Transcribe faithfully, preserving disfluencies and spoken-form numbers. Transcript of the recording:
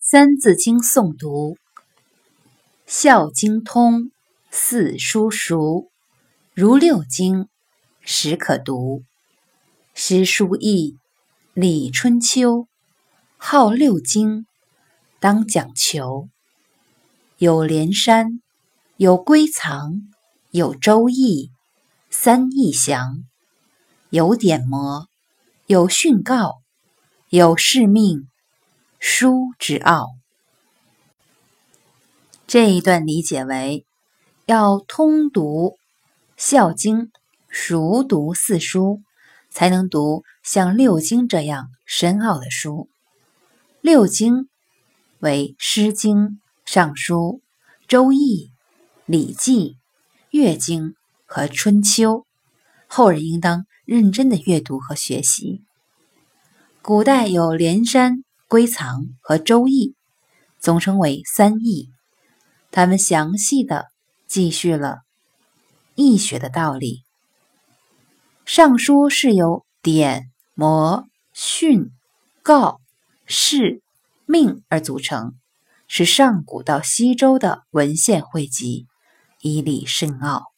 三字经诵读：孝经通，四书熟，如六经，始可读。诗书易，礼春秋，好六经，当讲求。有连山，有归藏，有周易，三易详。有典谟，有训告，有誓命，书之奥。这一段理解为，要通读孝经，熟读四书，才能读像六经这样深奥的书。六经为诗经、尚书、周易、礼记、乐经和春秋，后人应当认真的阅读和学习。古代有连山、归藏和周易，总称为三易。他们详细的记叙了易学的道理。尚书是由典、谟、训、告、誓、命而组成，是上古到西周的文献汇集，义理深奥。